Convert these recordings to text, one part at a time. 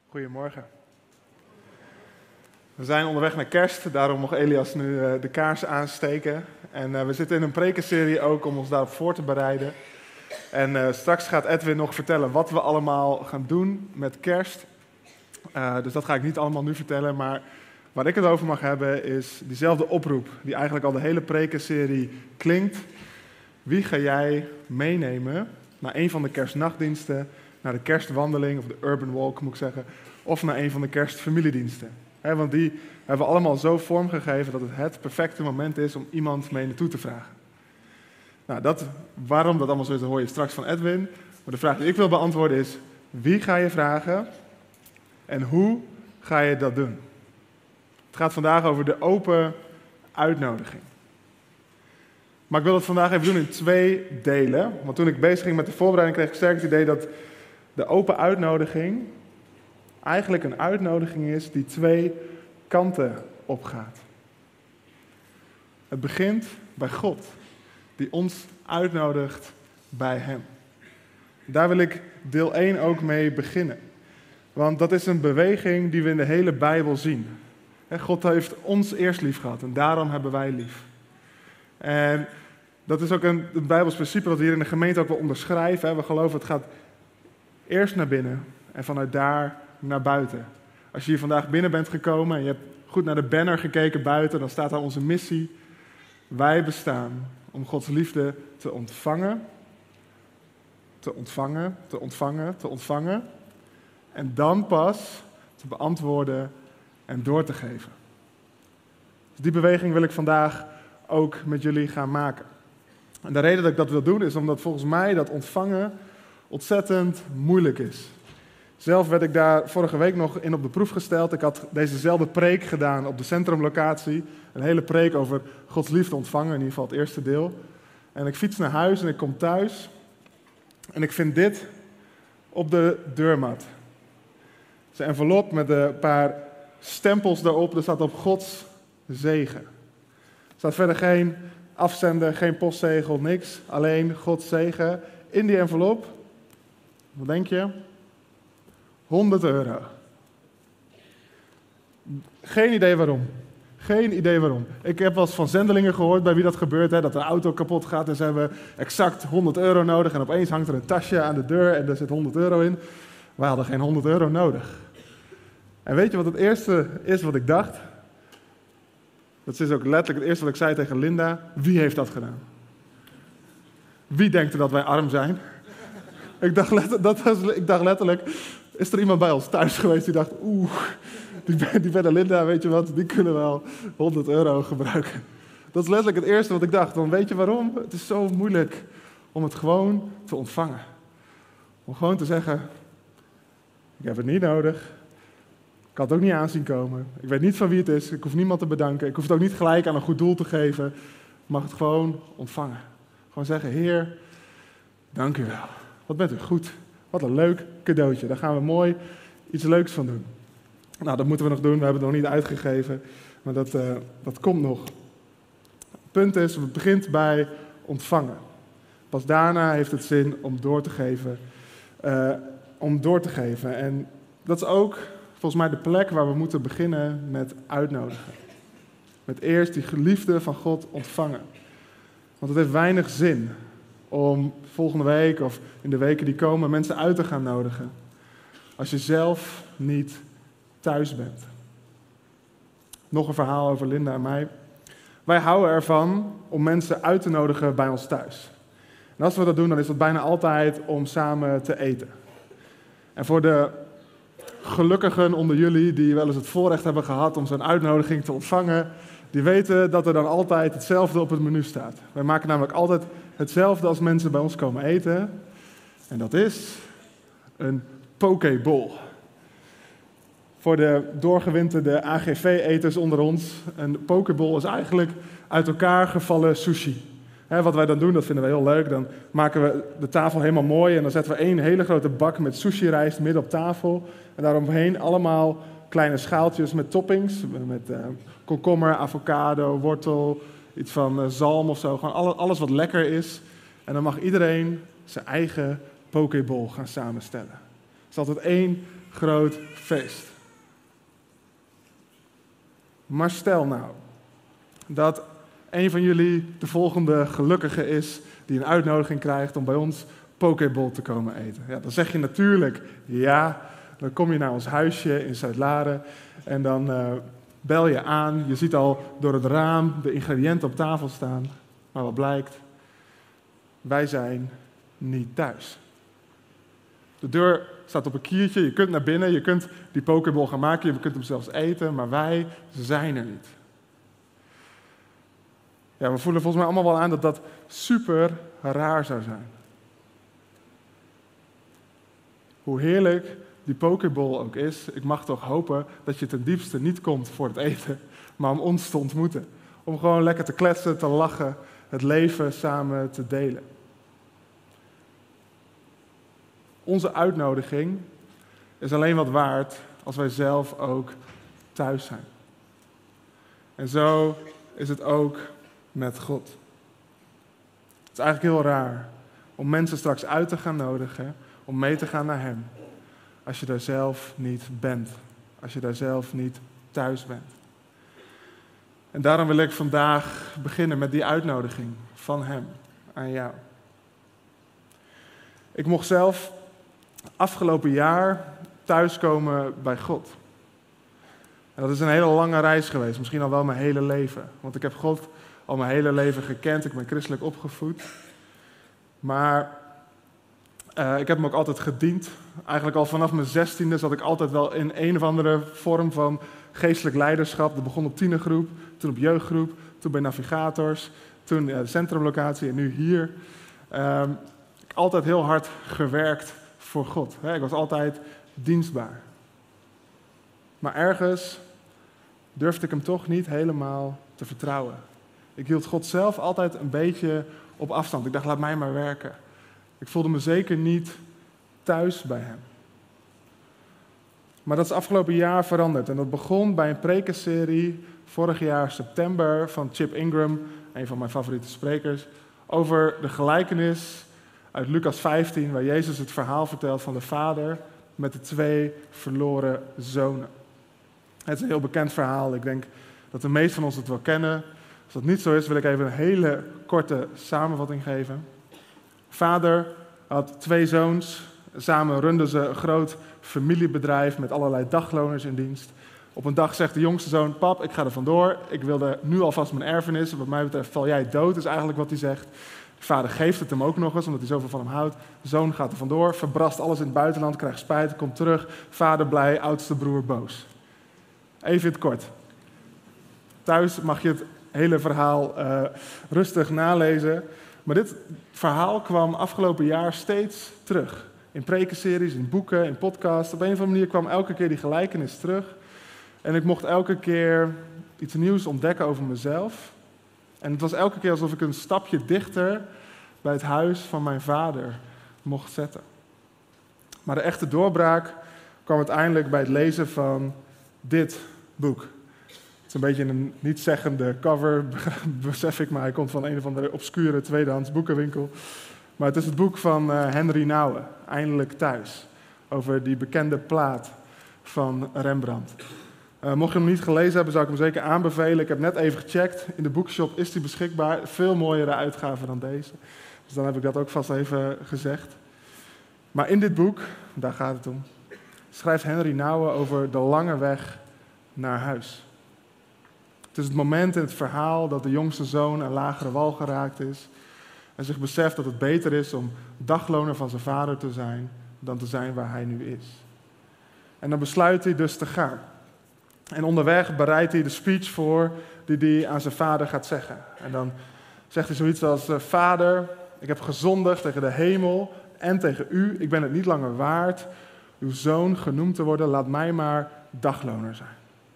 Goedemorgen. We zijn onderweg naar kerst, daarom mocht Elias nu de kaars aansteken. En we zitten in een prekenserie ook om ons daarop voor te bereiden. En straks gaat Edwin nog vertellen wat we allemaal gaan doen met kerst. Dus dat ga ik niet allemaal nu vertellen, maar waar ik het over mag hebben is diezelfde oproep die eigenlijk al de hele prekenserie klinkt. Wie ga jij meenemen naar een van de kerstnachtdiensten, naar de kerstwandeling, of de urban walk moet ik zeggen, of naar een van de kerstfamiliediensten? Want die hebben we allemaal zo vormgegeven dat het perfecte moment is om iemand mee naartoe te vragen. Nou, waarom dat allemaal zo is, dat hoor je straks van Edwin. Maar de vraag die ik wil beantwoorden is, wie ga je vragen en hoe ga je dat doen? Het gaat vandaag over de open uitnodiging. Maar ik wil het vandaag even doen in 2 delen. Want toen ik bezig ging met de voorbereiding kreeg ik sterk het idee dat de open uitnodiging eigenlijk een uitnodiging is die 2 kanten opgaat. Het begint bij God, die ons uitnodigt bij Hem. Daar wil ik deel 1 ook mee beginnen. Want dat is een beweging die we in de hele Bijbel zien. God heeft ons eerst lief gehad en daarom hebben wij lief. En dat is ook een Bijbels principe wat we hier in de gemeente ook wel onderschrijven. We geloven het gaat eerst naar binnen en vanuit daar naar buiten. Als je hier vandaag binnen bent gekomen en je hebt goed naar de banner gekeken buiten, dan staat daar onze missie. Wij bestaan om Gods liefde te ontvangen, te ontvangen, te ontvangen, te ontvangen. En dan pas te beantwoorden en door te geven. Dus die beweging wil ik vandaag ook met jullie gaan maken. En de reden dat ik dat wil doen is omdat volgens mij dat ontvangen ontzettend moeilijk is. Zelf werd ik daar vorige week nog in op de proef gesteld. Ik had dezezelfde preek gedaan op de centrumlocatie. Een hele preek over Gods liefde ontvangen, in ieder geval het eerste deel. En ik fiets naar huis en ik kom thuis. En ik vind dit op de deurmat. Het is een envelop met een paar stempels daarop. Er staat op Gods zegen. Er staat verder geen afzender, geen postzegel, niks. Alleen Gods zegen. In die envelop, wat denk je? €100. Geen idee waarom. Geen idee waarom. Ik heb wel eens van zendelingen gehoord bij wie dat gebeurt. Dat de auto kapot gaat en ze hebben exact €100 nodig. En opeens hangt er een tasje aan de deur en daar zit €100 in. Wij hadden geen €100 nodig. En weet je wat het eerste is wat ik dacht? Dat is ook letterlijk het eerste wat ik zei tegen Linda. Wie heeft dat gedaan? Wie denkt er dat wij arm zijn? Ik dacht letterlijk, is er iemand bij ons thuis geweest die dacht, die Ben en Linda, weet je wat, die kunnen wel €100 gebruiken. Dat is letterlijk het eerste wat ik dacht. Dan weet je waarom? Het is zo moeilijk om het gewoon te ontvangen. Om gewoon te zeggen, ik heb het niet nodig. Ik had het ook niet aanzien komen. Ik weet niet van wie het is. Ik hoef niemand te bedanken. Ik hoef het ook niet gelijk aan een goed doel te geven. Ik mag het gewoon ontvangen. Gewoon zeggen, Heer, dank u wel. Wat bent u goed. Wat een leuk cadeautje. Daar gaan we mooi iets leuks van doen. Nou, dat moeten we nog doen. We hebben het nog niet uitgegeven. Maar dat komt nog. Het punt is, het begint bij ontvangen. Pas daarna heeft het zin om door te geven. En dat is ook volgens mij de plek waar we moeten beginnen met uitnodigen. Met eerst die liefde van God ontvangen. Want het heeft weinig zin om volgende week of in de weken die komen mensen uit te gaan nodigen. Als je zelf niet thuis bent. Nog een verhaal over Linda en mij. Wij houden ervan om mensen uit te nodigen bij ons thuis. En als we dat doen, dan is dat bijna altijd om samen te eten. En voor de gelukkigen onder jullie die wel eens het voorrecht hebben gehad om zo'n uitnodiging te ontvangen, die weten dat er dan altijd hetzelfde op het menu staat. Wij maken namelijk altijd hetzelfde als mensen bij ons komen eten. En dat is een pokeball. Voor de doorgewinterde AGV-eters onder ons, een pokeball is eigenlijk uit elkaar gevallen sushi. Wat wij dan doen, dat vinden we heel leuk. Dan maken we de tafel helemaal mooi en dan zetten we 1 hele grote bak met sushi-rijst midden op tafel. En daaromheen allemaal kleine schaaltjes met toppings. Met komkommer, avocado, wortel, iets van zalm of zo. Gewoon alles wat lekker is. En dan mag iedereen zijn eigen pokeball gaan samenstellen. Het is altijd 1 groot feest. Maar stel nou dat een van jullie de volgende gelukkige is die een uitnodiging krijgt om bij ons pokeball te komen eten. Ja, dan zeg je natuurlijk ja. Dan kom je naar ons huisje in Zuid-Laren en dan bel je aan. Je ziet al door het raam de ingrediënten op tafel staan. Maar wat blijkt? Wij zijn niet thuis. De deur staat op een kiertje, je kunt naar binnen, je kunt die pokeball gaan maken, je kunt hem zelfs eten, maar wij zijn er niet. Ja, we voelen volgens mij allemaal wel aan dat dat super raar zou zijn. Hoe heerlijk die pokeball ook is, ik mag toch hopen dat je ten diepste niet komt voor het eten, maar om ons te ontmoeten. Om gewoon lekker te kletsen, te lachen, het leven samen te delen. Onze uitnodiging is alleen wat waard als wij zelf ook thuis zijn. En zo is het ook met God. Het is eigenlijk heel raar om mensen straks uit te gaan nodigen, om mee te gaan naar Hem, als je daar zelf niet bent, als je daar zelf niet thuis bent. En daarom wil ik vandaag beginnen met die uitnodiging van Hem aan jou. Ik mocht zelf afgelopen jaar thuiskomen bij God. En dat is een hele lange reis geweest, misschien al wel mijn hele leven. Want ik heb God al mijn hele leven gekend, ik ben christelijk opgevoed. Maar ik heb hem ook altijd gediend. Eigenlijk al vanaf mijn 16e zat ik altijd wel in een of andere vorm van geestelijk leiderschap. Dat begon op tienergroep, toen op jeugdgroep, toen bij navigators, toen de centrumlocatie en nu hier. Ik heb altijd heel hard gewerkt voor God. Ik was altijd dienstbaar. Maar ergens durfde ik hem toch niet helemaal te vertrouwen. Ik hield God zelf altijd een beetje op afstand. Ik dacht, laat mij maar werken. Ik voelde me zeker niet thuis bij hem. Maar dat is afgelopen jaar veranderd. En dat begon bij een prekenserie vorig jaar september van Chip Ingram, een van mijn favoriete sprekers, over de gelijkenis uit Lucas 15, waar Jezus het verhaal vertelt van de vader met de 2 verloren zonen. Het is een heel bekend verhaal. Ik denk dat de meesten van ons het wel kennen. Als dat niet zo is, wil ik even een hele korte samenvatting geven. Vader had 2 zoons. Samen runden ze een groot familiebedrijf met allerlei dagloners in dienst. Op een dag zegt de jongste zoon, pap, ik ga er vandoor. Ik wilde nu alvast mijn erfenis. Wat mij betreft val jij dood, is eigenlijk wat hij zegt. De vader geeft het hem ook nog eens, omdat hij zoveel van hem houdt. De zoon gaat er vandoor, verbrast alles in het buitenland, krijgt spijt, komt terug. Vader blij, oudste broer boos. Even in het kort. Thuis mag je het hele verhaal rustig nalezen. Maar dit verhaal kwam afgelopen jaar steeds terug. In prekenseries, in boeken, in podcasts. Op een of andere manier kwam elke keer die gelijkenis terug. En ik mocht elke keer iets nieuws ontdekken over mezelf. En het was elke keer alsof ik een stapje dichter bij het huis van mijn vader mocht zetten. Maar de echte doorbraak kwam uiteindelijk bij het lezen van dit boek. Het is een beetje een niet-zeggende cover, besef ik, maar hij komt van een of andere obscure tweedehands boekenwinkel. Maar het is het boek van Henry Nouwen, Eindelijk Thuis, over die bekende plaat van Rembrandt. Mocht je hem niet gelezen hebben, zou ik hem zeker aanbevelen. Ik heb net even gecheckt, in de boekshop is die beschikbaar. Veel mooiere uitgave dan deze. Dus dan heb ik dat ook vast even gezegd. Maar in dit boek, daar gaat het om, schrijft Henry Nouwen over de lange weg naar huis. Het is het moment in het verhaal dat de jongste zoon een lagere wal geraakt is en zich beseft dat het beter is om dagloner van zijn vader te zijn dan te zijn waar hij nu is. En dan besluit hij dus te gaan. En onderweg bereidt hij de speech voor die hij aan zijn vader gaat zeggen. En dan zegt hij zoiets als, vader, ik heb gezondigd tegen de hemel en tegen u. Ik ben het niet langer waard uw zoon genoemd te worden. Laat mij maar dagloner zijn.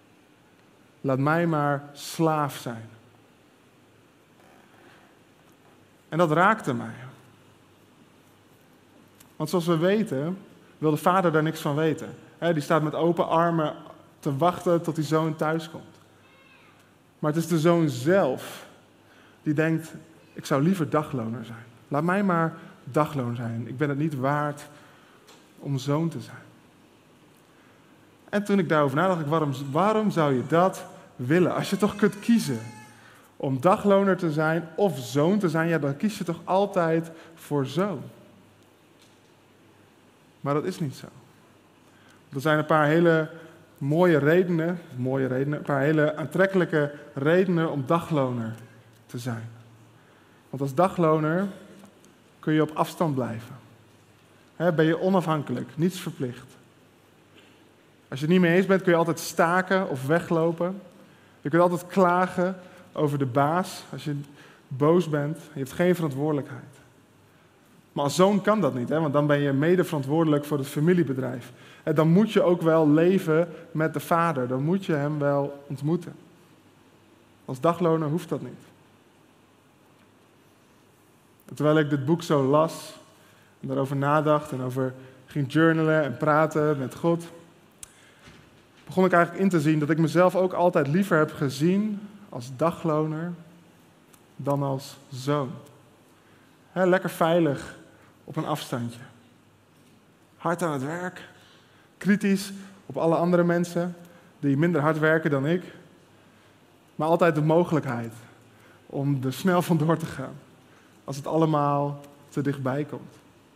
Laat mij maar slaaf zijn. En dat raakte mij. Want zoals we weten, wil de vader daar niks van weten. Die staat met open armen te wachten tot die zoon thuis komt. Maar het is de zoon zelf die denkt, ik zou liever dagloner zijn. Laat mij maar dagloner zijn. Ik ben het niet waard om zoon te zijn. En toen ik daarover nadacht, waarom zou je dat willen? Als je toch kunt kiezen om dagloner te zijn of zoon te zijn, ja, dan kies je toch altijd voor zoon. Maar dat is niet zo. Er zijn een paar hele mooie redenen, een paar hele aantrekkelijke redenen om dagloner te zijn. Want als dagloner kun je op afstand blijven. Ben je onafhankelijk, niets verplicht. Als je het niet mee eens bent, kun je altijd staken of weglopen. Je kunt altijd klagen over de baas als je boos bent. Je hebt geen verantwoordelijkheid. Maar als zoon kan dat niet, want dan ben je mede verantwoordelijk voor het familiebedrijf. En dan moet je ook wel leven met de vader. Dan moet je hem wel ontmoeten. Als dagloner hoeft dat niet. En terwijl ik dit boek zo las en daarover nadacht en over ging journalen en praten met God, begon ik eigenlijk in te zien dat ik mezelf ook altijd liever heb gezien als dagloner dan als zoon. Lekker veilig op een afstandje. Hard aan het werk. Kritisch op alle andere mensen die minder hard werken dan ik. Maar altijd de mogelijkheid om er snel vandoor te gaan als het allemaal te dichtbij komt.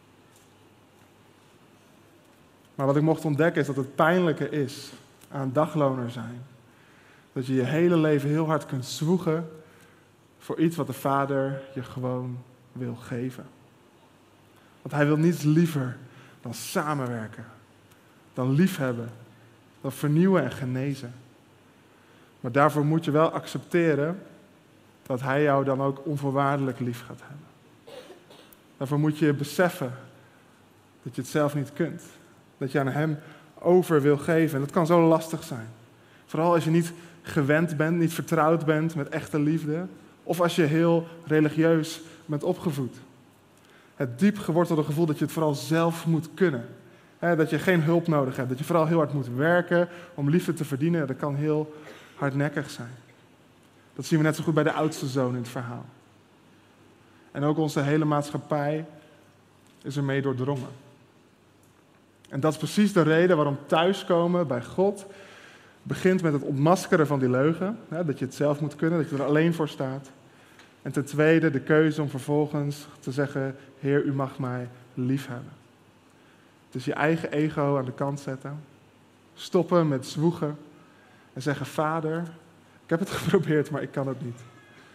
Maar wat ik mocht ontdekken is dat het pijnlijke is aan dagloner zijn. Dat je je hele leven heel hard kunt zwoegen voor iets wat de Vader je gewoon wil geven. Want hij wil niets liever dan samenwerken, dan liefhebben, dan vernieuwen en genezen. Maar daarvoor moet je wel accepteren dat hij jou dan ook onvoorwaardelijk lief gaat hebben. Daarvoor moet je beseffen dat je het zelf niet kunt. Dat je aan hem over wil geven. En dat kan zo lastig zijn. Vooral als je niet gewend bent, niet vertrouwd bent met echte liefde. Of als je heel religieus bent opgevoed. Het diep gewortelde gevoel dat je het vooral zelf moet kunnen. Dat je geen hulp nodig hebt. Dat je vooral heel hard moet werken om liefde te verdienen. Dat kan heel hardnekkig zijn. Dat zien we net zo goed bij de oudste zoon in het verhaal. En ook onze hele maatschappij is ermee doordrongen. En dat is precies de reden waarom thuiskomen bij God begint met het ontmaskeren van die leugen. Dat je het zelf moet kunnen, dat je er alleen voor staat. En ten tweede de keuze om vervolgens te zeggen, Heer, u mag mij liefhebben. Dus je eigen ego aan de kant zetten. Stoppen met zwoegen. En zeggen, Vader, ik heb het geprobeerd, maar ik kan het niet.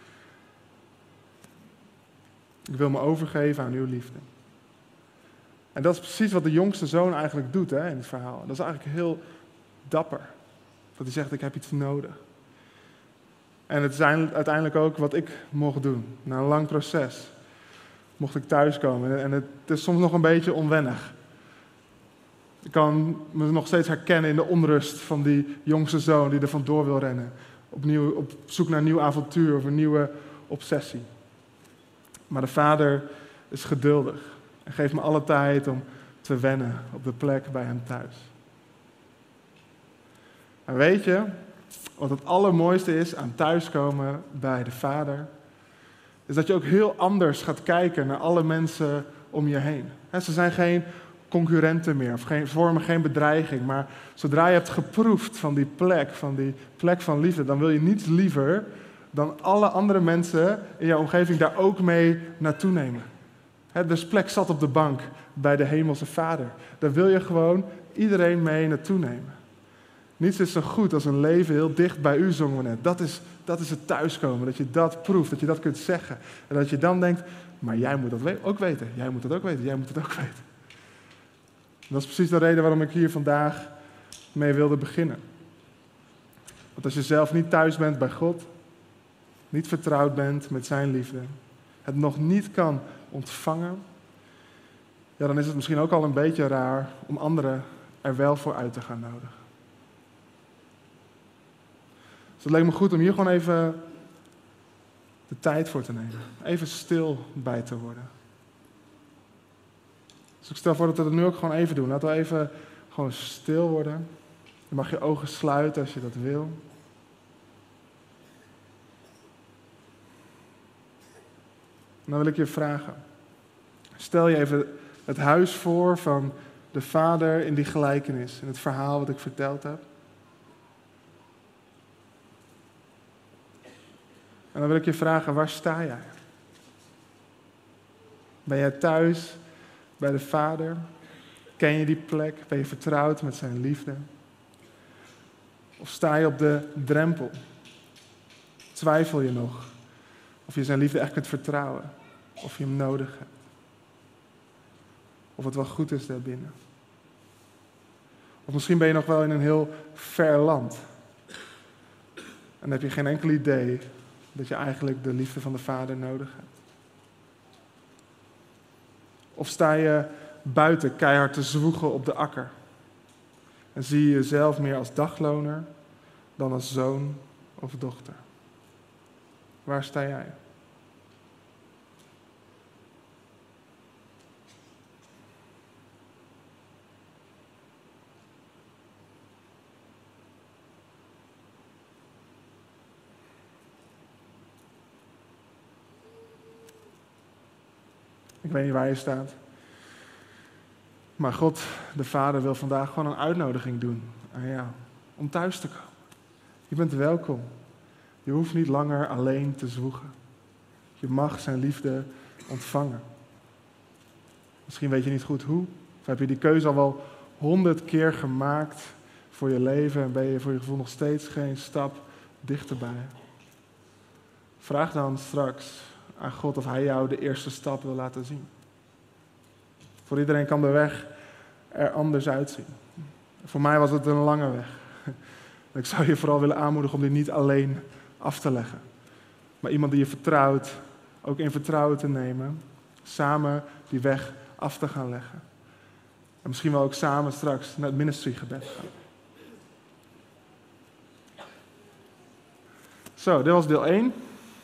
Ik wil me overgeven aan uw liefde. En dat is precies wat de jongste zoon eigenlijk doet in het verhaal. Dat is eigenlijk heel dapper. Dat hij zegt, ik heb iets nodig. En het is uiteindelijk ook wat ik mocht doen. Na een lang proces mocht ik thuiskomen. En het is soms nog een beetje onwennig. Ik kan me nog steeds herkennen in de onrust van die jongste zoon die er vandoor wil rennen. Opnieuw op zoek naar een nieuw avontuur of een nieuwe obsessie. Maar de Vader is geduldig en geeft me alle tijd om te wennen op de plek bij hem thuis. En weet je wat het allermooiste is aan thuiskomen bij de Vader? Is dat je ook heel anders gaat kijken naar alle mensen om je heen. Ze zijn geen concurrenten meer of vormen geen bedreiging. Maar zodra je hebt geproefd van die plek van liefde, dan wil je niets liever dan alle andere mensen in jouw omgeving daar ook mee naartoe nemen. Er is plek zat op de bank bij de Hemelse Vader. Daar wil je gewoon iedereen mee naartoe nemen. Niets is zo goed als een leven heel dicht bij u, zongen we net. Dat is het thuiskomen, dat je dat proeft, dat je dat kunt zeggen. En dat je dan denkt, maar jij moet dat ook weten, jij moet dat ook weten, jij moet het ook weten. En dat is precies de reden waarom ik hier vandaag mee wilde beginnen. Want als je zelf niet thuis bent bij God, niet vertrouwd bent met zijn liefde, het nog niet kan ontvangen, ja, dan is het misschien ook al een beetje raar om anderen er wel voor uit te gaan nodigen. Dus het leek me goed om hier gewoon even de tijd voor te nemen. Even stil bij te worden. Dus ik stel voor dat we het nu ook gewoon even doen. Laten we even gewoon stil worden. Je mag je ogen sluiten als je dat wil. En dan wil ik je vragen. Stel je even het huis voor van de Vader in die gelijkenis, in het verhaal wat ik verteld heb? En dan wil ik je vragen, waar sta jij? Ben jij thuis bij de Vader? Ken je die plek? Ben je vertrouwd met zijn liefde? Of sta je op de drempel? Twijfel je nog of je zijn liefde echt kunt vertrouwen? Of je hem nodig hebt? Of het wel goed is daarbinnen? Of misschien ben je nog wel in een heel ver land. En heb je geen enkel idee dat je eigenlijk de liefde van de Vader nodig hebt. Of sta je buiten keihard te zwoegen op de akker. En zie je jezelf meer als dagloner dan als zoon of dochter. Waar sta jij? Ik weet niet waar je staat. Maar God, de Vader, wil vandaag gewoon een uitnodiging doen aan jou. Om thuis te komen. Je bent welkom. Je hoeft niet langer alleen te zwoegen. Je mag zijn liefde ontvangen. Misschien weet je niet goed hoe. Of heb je die keuze al wel 100 keer gemaakt voor je leven. En ben je voor je gevoel nog steeds geen stap dichterbij. Vraag dan straks aan God of hij jou de eerste stap wil laten zien. Voor iedereen kan de weg er anders uitzien. Voor mij was het een lange weg. Ik zou je vooral willen aanmoedigen om die niet alleen af te leggen. Maar iemand die je vertrouwt, ook in vertrouwen te nemen. Samen die weg af te gaan leggen. En misschien wel ook samen straks naar het ministrygebed gaan. Zo, dit was deel 1.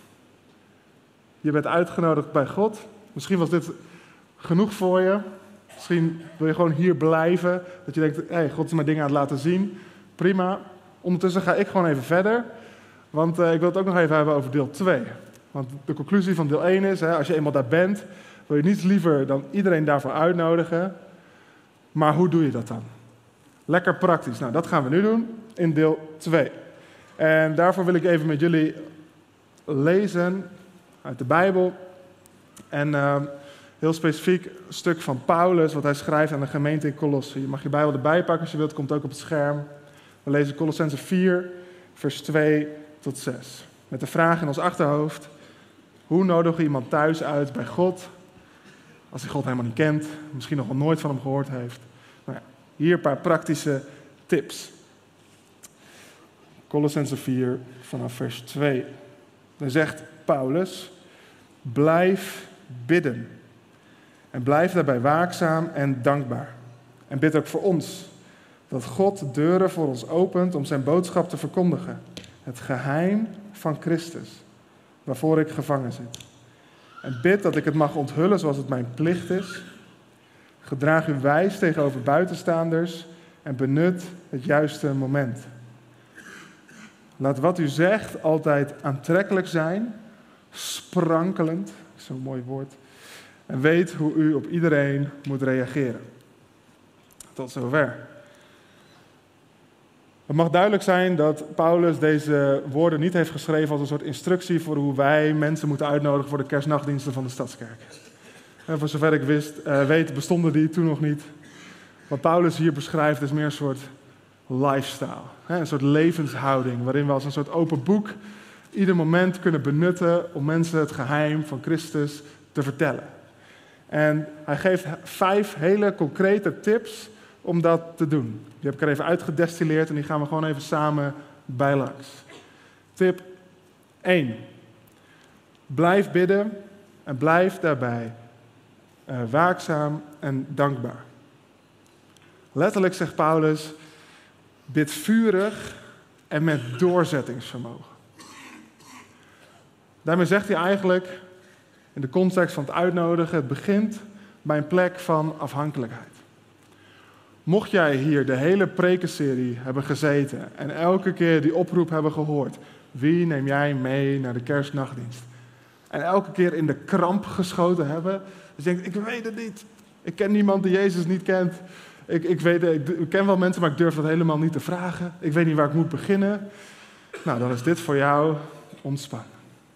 Je bent uitgenodigd bij God. Misschien was dit genoeg voor je. Misschien wil je gewoon hier blijven. Dat je denkt, hey, God is mij dingen aan het laten zien. Prima. Ondertussen ga ik gewoon even verder. Want ik wil het ook nog even hebben over deel 2. Want de conclusie van deel 1 is, als je eenmaal daar bent, wil je niets liever dan iedereen daarvoor uitnodigen. Maar hoe doe je dat dan? Lekker praktisch. Nou, dat gaan we nu doen in deel 2. En daarvoor wil ik even met jullie lezen uit de Bijbel. En heel specifiek een stuk van Paulus, wat hij schrijft aan de gemeente in Colosse. Je mag je Bijbel erbij pakken als je wilt, komt ook op het scherm. We lezen Colossenzen 4, vers 2 tot 6. Met de vraag in ons achterhoofd, hoe nodigen we iemand thuis uit bij God, als hij God helemaal niet kent, misschien nog wel nooit van hem gehoord heeft. Nou ja, hier een paar praktische tips. Colossenzen 4, vanaf vers 2. Dan zegt Paulus, blijf bidden. En blijf daarbij waakzaam en dankbaar. En bid ook voor ons, dat God deuren voor ons opent om zijn boodschap te verkondigen. Het geheim van Christus, waarvoor ik gevangen zit. En bid dat ik het mag onthullen zoals het mijn plicht is. Gedraag u wijs tegenover buitenstaanders en benut het juiste moment. Laat wat u zegt altijd aantrekkelijk zijn, sprankelend, zo'n mooi woord, en weet hoe u op iedereen moet reageren. Tot zover. Het mag duidelijk zijn dat Paulus deze woorden niet heeft geschreven als een soort instructie voor hoe wij mensen moeten uitnodigen voor de kerstnachtdiensten van de Stadskerk. En voor zover ik weet, bestonden die toen nog niet. Wat Paulus hier beschrijft is meer een soort lifestyle. Een soort levenshouding waarin we als een soort open boek ieder moment kunnen benutten om mensen het geheim van Christus te vertellen. En hij geeft 5 hele concrete tips om dat te doen. Die heb ik er even uitgedestilleerd en die gaan we gewoon even samen bijlangs. Tip 1. Blijf bidden en blijf daarbij waakzaam en dankbaar. Letterlijk zegt Paulus, bid vurig en met doorzettingsvermogen. Daarmee zegt hij eigenlijk, in de context van het uitnodigen, het begint bij een plek van afhankelijkheid. Mocht jij hier de hele prekenserie hebben gezeten en elke keer die oproep hebben gehoord, wie neem jij mee naar de kerstnachtdienst? En elke keer in de kramp geschoten hebben, dus je denkt, ik weet het niet. Ik ken niemand die Jezus niet kent. Ik ken wel mensen, maar ik durf dat helemaal niet te vragen. Ik weet niet waar ik moet beginnen. Nou, dan is dit voor jou ontspannen.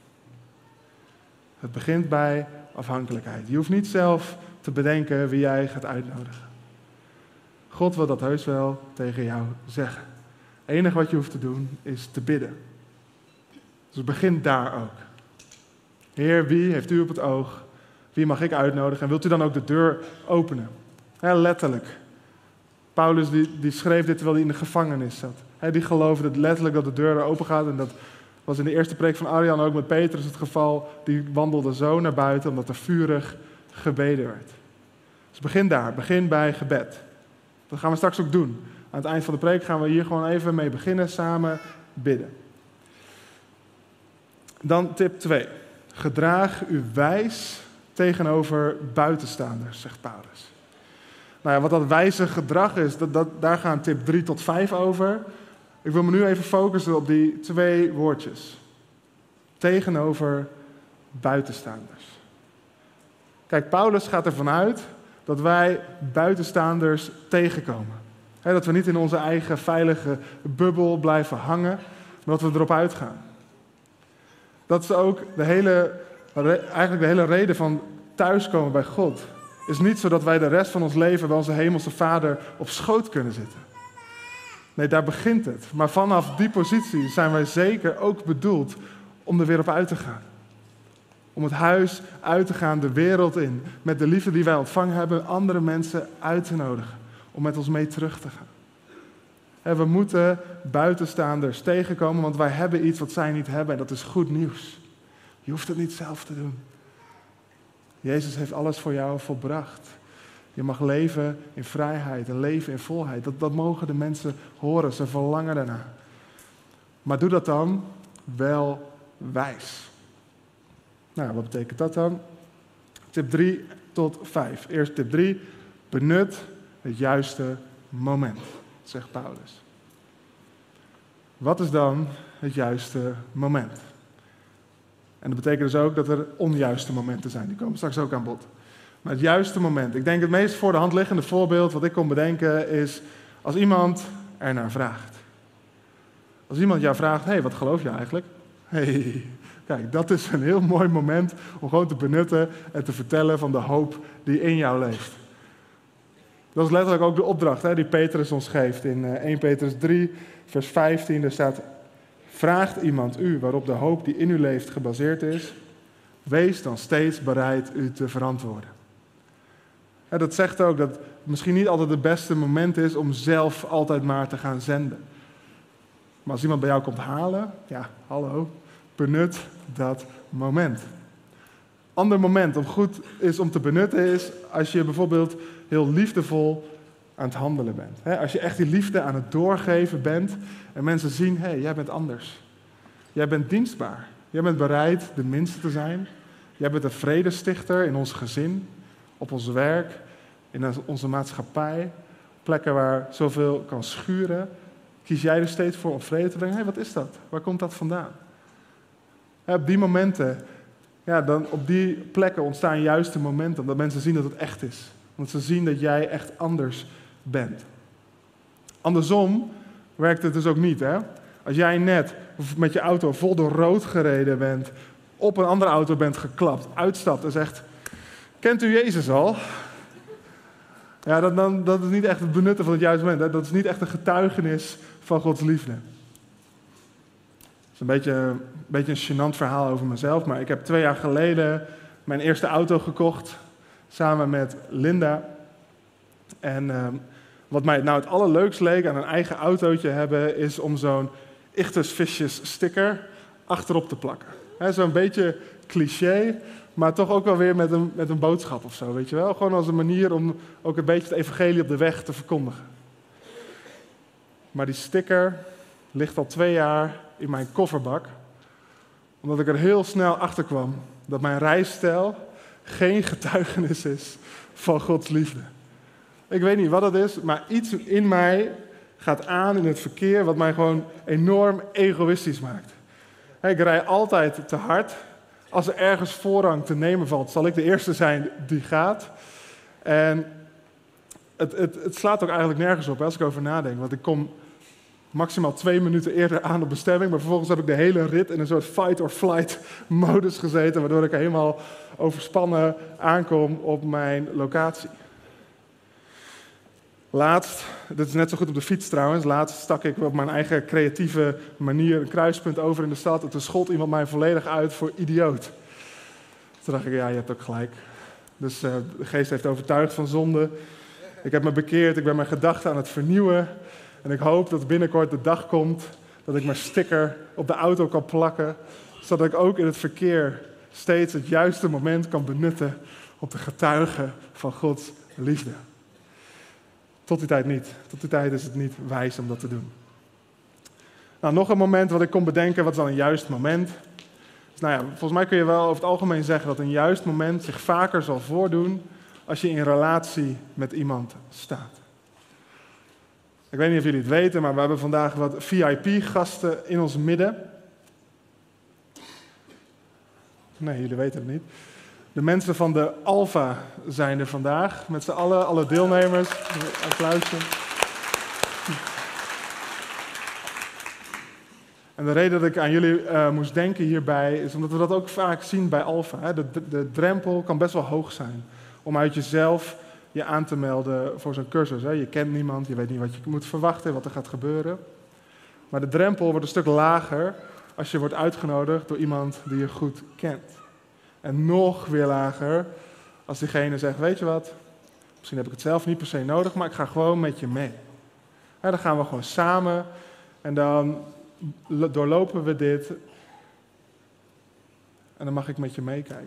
Het begint bij afhankelijkheid. Je hoeft niet zelf te bedenken wie jij gaat uitnodigen. God wil dat heus wel tegen jou zeggen. Het enige wat je hoeft te doen is te bidden. Dus begin daar ook. Heer, wie heeft u op het oog? Wie mag ik uitnodigen? En wilt u dan ook de deur openen? Letterlijk. Paulus die schreef dit terwijl hij in de gevangenis zat. Die geloofde letterlijk dat de deur er open gaat. En dat was in de eerste preek van Arjan ook met Petrus het geval. Die wandelde zo naar buiten omdat er vurig gebeden werd. Dus begin daar. Begin bij gebed. Dat gaan we straks ook doen. Aan het eind van de preek gaan we hier gewoon even mee beginnen, samen bidden. Dan tip 2. Gedraag u wijs tegenover buitenstaanders, zegt Paulus. Nou ja, wat dat wijze gedrag is, daar gaan tip 3 tot 5 over. Ik wil me nu even focussen op die 2 woordjes. Tegenover buitenstaanders. Kijk, Paulus gaat ervan uit dat wij buitenstaanders tegenkomen. Dat we niet in onze eigen veilige bubbel blijven hangen, maar dat we erop uitgaan. Dat is ook eigenlijk de hele reden van thuiskomen bij God. Is niet zodat wij de rest van ons leven bij onze hemelse Vader op schoot kunnen zitten. Nee, daar begint het. Maar vanaf die positie zijn wij zeker ook bedoeld om er weer op uit te gaan. Om het huis uit te gaan, de wereld in. Met de liefde die wij ontvangen hebben, andere mensen uit te nodigen. Om met ons mee terug te gaan. En we moeten buitenstaanders tegenkomen, want wij hebben iets wat zij niet hebben. En dat is goed nieuws. Je hoeft het niet zelf te doen. Jezus heeft alles voor jou volbracht. Je mag leven in vrijheid en leven in volheid. Dat mogen de mensen horen, ze verlangen daarna. Maar doe dat dan wel wijs. Nou, wat betekent dat dan? Tip 3 tot 5. Eerst tip 3. Benut het juiste moment, zegt Paulus. Wat is dan het juiste moment? En dat betekent dus ook dat er onjuiste momenten zijn. Die komen straks ook aan bod. Maar het juiste moment. Ik denk het meest voor de hand liggende voorbeeld wat ik kon bedenken is als iemand ernaar vraagt. Als iemand jou vraagt, hey, wat geloof je eigenlijk? Hey, kijk, dat is een heel mooi moment om gewoon te benutten en te vertellen van de hoop die in jou leeft. Dat is letterlijk ook de opdracht die Petrus ons geeft in 1 Petrus 3, vers 15. Daar staat, vraagt iemand u waarop de hoop die in u leeft gebaseerd is, wees dan steeds bereid u te verantwoorden. Dat zegt ook dat het misschien niet altijd het beste moment is om zelf altijd maar te gaan zenden. Maar als iemand bij jou komt halen, ja, hallo, benut dat moment. Ander moment om goed is om te benutten is als je bijvoorbeeld heel liefdevol aan het handelen bent. Als je echt die liefde aan het doorgeven bent en mensen zien, hé, jij bent anders. Jij bent dienstbaar. Jij bent bereid de minste te zijn. Jij bent een vredestichter in ons gezin, op ons werk, in onze maatschappij. Plekken waar zoveel kan schuren. Kies jij er steeds voor om vrede te brengen? Hé, wat is dat? Waar komt dat vandaan? Op die momenten, ja, dan op die plekken ontstaan juist de momenten, omdat mensen zien dat het echt is. Omdat ze zien dat jij echt anders bent. Andersom werkt het dus ook niet, hè? Als jij net met je auto vol door rood gereden bent, op een andere auto bent geklapt, uitstapt en zegt, kent u Jezus al? Ja, dat is niet echt het benutten van het juiste moment. Hè? Dat is niet echt een getuigenis van Gods liefde. Het is een beetje een gênant verhaal over mezelf, maar ik heb 2 jaar geleden mijn eerste auto gekocht, samen met Linda. En wat mij nou het allerleukst leek aan een eigen autootje hebben, is om zo'n Ichthus Visjes sticker achterop te plakken. Zo'n beetje cliché, maar toch ook wel weer met een boodschap of zo, weet je wel. Gewoon als een manier om ook een beetje het evangelie op de weg te verkondigen. Maar die sticker ligt al 2 jaar in mijn kofferbak, omdat ik er heel snel achter kwam dat mijn rijstijl geen getuigenis is van Gods liefde. Ik weet niet wat het is, maar iets in mij gaat aan in het verkeer wat mij gewoon enorm egoïstisch maakt. Ik rij altijd te hard. Als er ergens voorrang te nemen valt, zal ik de eerste zijn die gaat. En het slaat ook eigenlijk nergens op, hè, als ik over nadenk. Want ik kom maximaal 2 minuten eerder aan op bestemming, maar vervolgens heb ik de hele rit in een soort fight-or-flight modus gezeten, waardoor ik helemaal overspannen aankom op mijn locatie. Laatst, dit is net zo goed op de fiets trouwens, laatst stak ik op mijn eigen creatieve manier een kruispunt over in de stad en toen schold iemand mij volledig uit voor idioot. Toen dacht ik, ja, je hebt ook gelijk. Dus de geest heeft overtuigd van zonde. Ik heb me bekeerd, ik ben mijn gedachten aan het vernieuwen. En ik hoop dat binnenkort de dag komt dat ik mijn sticker op de auto kan plakken, zodat ik ook in het verkeer steeds het juiste moment kan benutten om te getuigen van Gods liefde. Tot die tijd niet. Tot die tijd is het niet wijs om dat te doen. Nou, nog een moment wat ik kon bedenken, wat is dan een juist moment? Dus, nou ja, volgens mij kun je wel over het algemeen zeggen dat een juist moment zich vaker zal voordoen als je in relatie met iemand staat. Ik weet niet of jullie het weten, maar we hebben vandaag wat VIP-gasten in ons midden. Nee, jullie weten het niet. De mensen van de Alpha zijn er vandaag. Met z'n allen, alle deelnemers. Een applausje. En de reden dat ik aan jullie moest denken hierbij is omdat we dat ook vaak zien bij Alpha. Hè. De drempel kan best wel hoog zijn om uit jezelf je aan te melden voor zo'n cursus. Hè. Je kent niemand, je weet niet wat je moet verwachten, wat er gaat gebeuren. Maar de drempel wordt een stuk lager als je wordt uitgenodigd door iemand die je goed kent. En nog weer lager als diegene zegt, weet je wat, misschien heb ik het zelf niet per se nodig, maar ik ga gewoon met je mee. Ja, dan gaan we gewoon samen en dan doorlopen we dit en dan mag ik met je meekijken.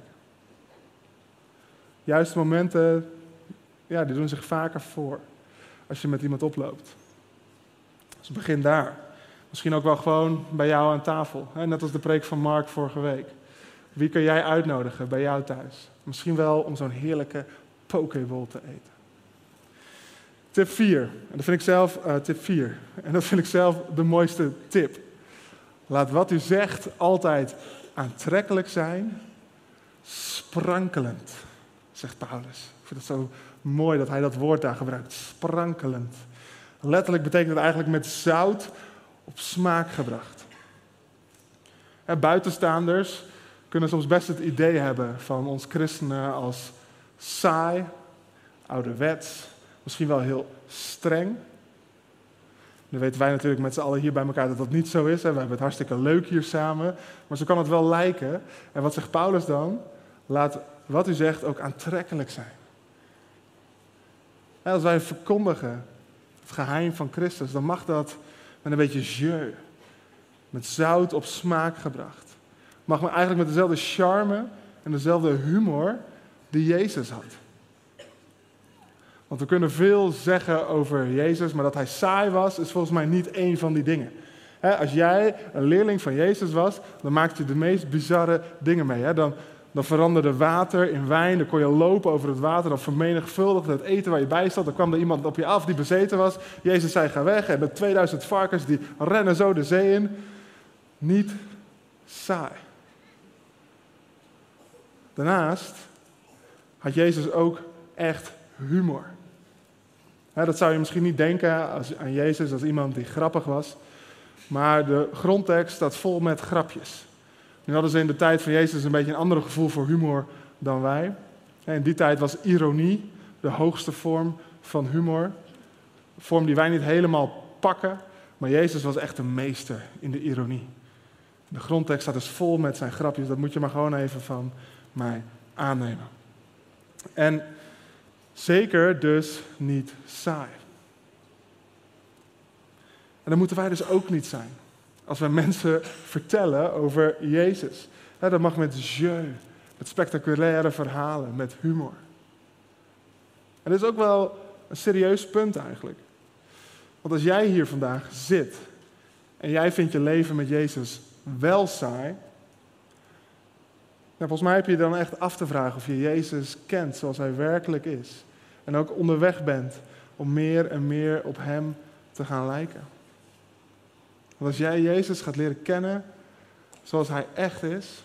Juiste momenten, ja, die doen zich vaker voor als je met iemand oploopt. Dus begin daar. Misschien ook wel gewoon bij jou aan tafel. Hè? Net als de preek van Mark vorige week. Wie kun jij uitnodigen bij jou thuis? Misschien wel om zo'n heerlijke pokeball te eten. Tip 4. En dat vind ik zelf, tip 4. En dat vind ik zelf de mooiste tip. Laat wat u zegt altijd aantrekkelijk zijn, sprankelend, zegt Paulus. Ik vind het zo mooi dat hij dat woord daar gebruikt, sprankelend. Letterlijk betekent het eigenlijk met zout op smaak gebracht. Buitenstaanders kunnen soms best het idee hebben van ons christenen als saai, ouderwets, misschien wel heel streng. Nu weten wij natuurlijk met z'n allen hier bij elkaar dat dat niet zo is. Hè. We hebben het hartstikke leuk hier samen, maar zo kan het wel lijken. En wat zegt Paulus dan? Laat wat u zegt ook aantrekkelijk zijn. En als wij verkondigen het geheim van Christus, dan mag dat met een beetje jeu, met zout op smaak gebracht. Mag men eigenlijk met dezelfde charme en dezelfde humor die Jezus had. Want we kunnen veel zeggen over Jezus, maar dat hij saai was, is volgens mij niet één van die dingen. Als jij een leerling van Jezus was, dan maakte je de meest bizarre dingen mee. Dan veranderde water in wijn, dan kon je lopen over het water, dan vermenigvuldigde het eten waar je bij zat. Dan kwam er iemand op je af die bezeten was. Jezus zei, ga weg. En de 2000 varkens die rennen zo de zee in. Niet saai. Daarnaast had Jezus ook echt humor. Dat zou je misschien niet denken aan Jezus als iemand die grappig was. Maar de grondtekst staat vol met grapjes. Nu hadden ze in de tijd van Jezus een beetje een ander gevoel voor humor dan wij. In die tijd was ironie de hoogste vorm van humor. Een vorm die wij niet helemaal pakken. Maar Jezus was echt een meester in de ironie. De grondtekst staat dus vol met zijn grapjes. Dat moet je maar gewoon even van mij aannemen. En zeker dus niet saai. En dat moeten wij dus ook niet zijn. Als wij mensen vertellen over Jezus. Dat mag met jeu, met spectaculaire verhalen, met humor. En dat is ook wel een serieus punt eigenlijk. Want als jij hier vandaag zit en jij vindt je leven met Jezus wel saai, volgens mij heb je dan echt af te vragen of je Jezus kent zoals hij werkelijk is. En ook onderweg bent om meer en meer op hem te gaan lijken. Want als jij Jezus gaat leren kennen zoals hij echt is,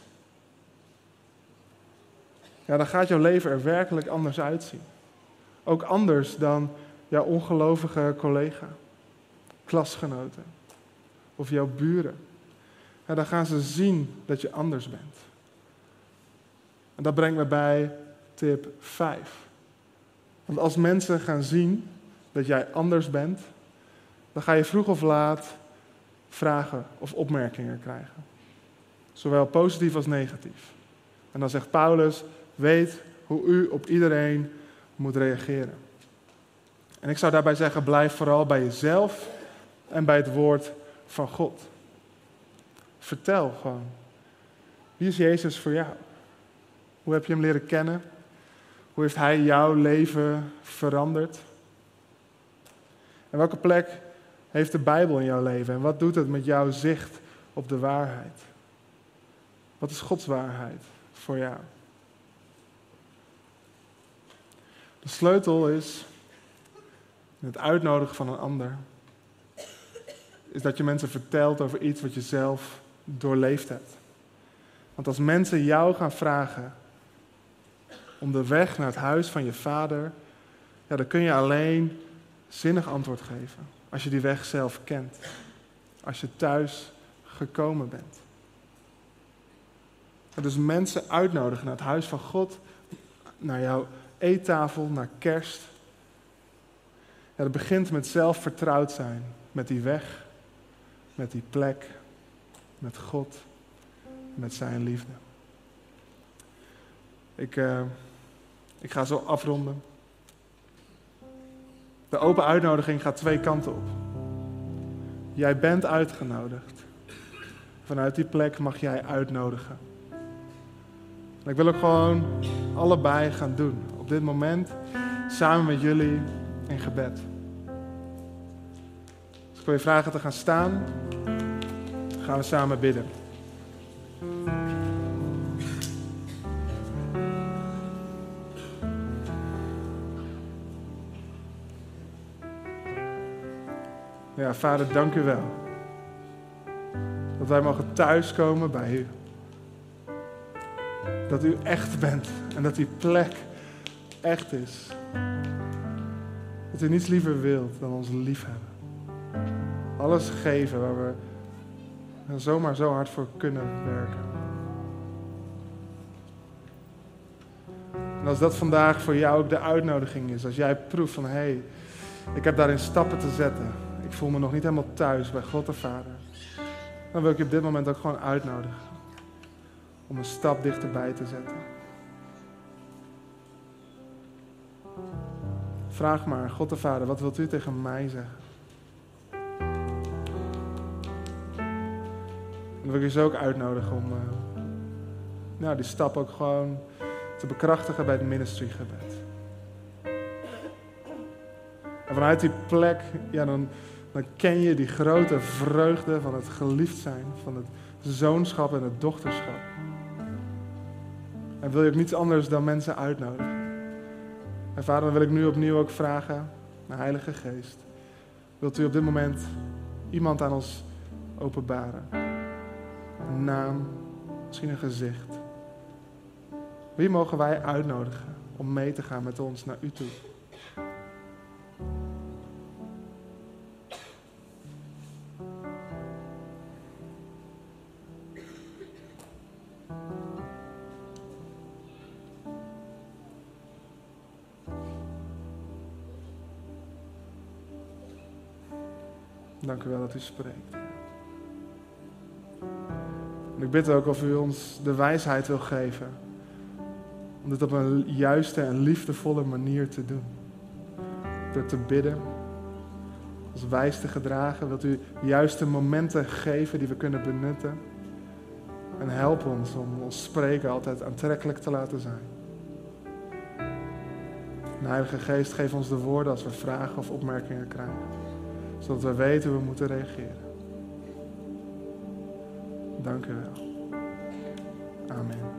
dan gaat jouw leven er werkelijk anders uitzien. Ook anders dan jouw ongelovige collega, klasgenoten of jouw buren. Ja, dan gaan ze zien dat je anders bent. En dat brengt me bij tip 5. Want als mensen gaan zien dat jij anders bent, dan ga je vroeg of laat vragen of opmerkingen krijgen. Zowel positief als negatief. En dan zegt Paulus, weet hoe u op iedereen moet reageren. En ik zou daarbij zeggen, blijf vooral bij jezelf en bij het woord van God. Vertel gewoon, wie is Jezus voor jou? Hoe heb je hem leren kennen? Hoe heeft hij jouw leven veranderd? En welke plek heeft de Bijbel in jouw leven? En wat doet het met jouw zicht op de waarheid? Wat is Gods waarheid voor jou? De sleutel is, in het uitnodigen van een ander, is dat je mensen vertelt over iets wat je zelf doorleefd hebt. Want als mensen jou gaan vragen om de weg naar het huis van je vader, ja, dan kun je alleen zinnig antwoord geven. Als je die weg zelf kent. Als je thuis gekomen bent. En dus mensen uitnodigen naar het huis van God, naar jouw eettafel, naar kerst. Ja, dat begint met zelf vertrouwd zijn met die weg, met die plek, met God, met zijn liefde. Ik ga zo afronden. De open uitnodiging gaat 2 kanten op. Jij bent uitgenodigd. Vanuit die plek mag jij uitnodigen. En ik wil ook gewoon allebei gaan doen. Op dit moment, samen met jullie in gebed. Dus ik wil je vragen te gaan staan. Dan gaan we samen bidden. Ja, Vader, dank u wel. Dat wij mogen thuiskomen bij u. Dat u echt bent en dat die plek echt is. Dat u niets liever wilt dan ons liefhebben. Alles geven waar we zomaar zo hard voor kunnen werken. En als dat vandaag voor jou ook de uitnodiging is, als jij proeft van hé, ik heb daarin stappen te zetten. Ik voel me nog niet helemaal thuis bij God de Vader. Dan wil ik je op dit moment ook gewoon uitnodigen. Om een stap dichterbij te zetten. Vraag maar, God de Vader, wat wilt u tegen mij zeggen? En dan wil ik je zo ook uitnodigen om die stap ook gewoon te bekrachtigen bij het ministrygebed. En vanuit die plek, ja, dan ken je die grote vreugde van het geliefd zijn, van het zoonschap en het dochterschap. En wil je ook niets anders dan mensen uitnodigen. En Vader, dan wil ik nu opnieuw ook vragen naar Heilige Geest. Wilt u op dit moment iemand aan ons openbaren? Een naam, misschien een gezicht. Wie mogen wij uitnodigen om mee te gaan met ons naar u toe? Dank u wel dat u spreekt. En ik bid ook of u ons de wijsheid wil geven. Om dit op een juiste en liefdevolle manier te doen. Door te bidden. Ons wijs te gedragen. Wilt u juiste momenten geven die we kunnen benutten. En help ons om ons spreken altijd aantrekkelijk te laten zijn. En Heilige Geest, geef ons de woorden als we vragen of opmerkingen krijgen. Zodat we weten hoe we moeten reageren. Dank u wel. Amen.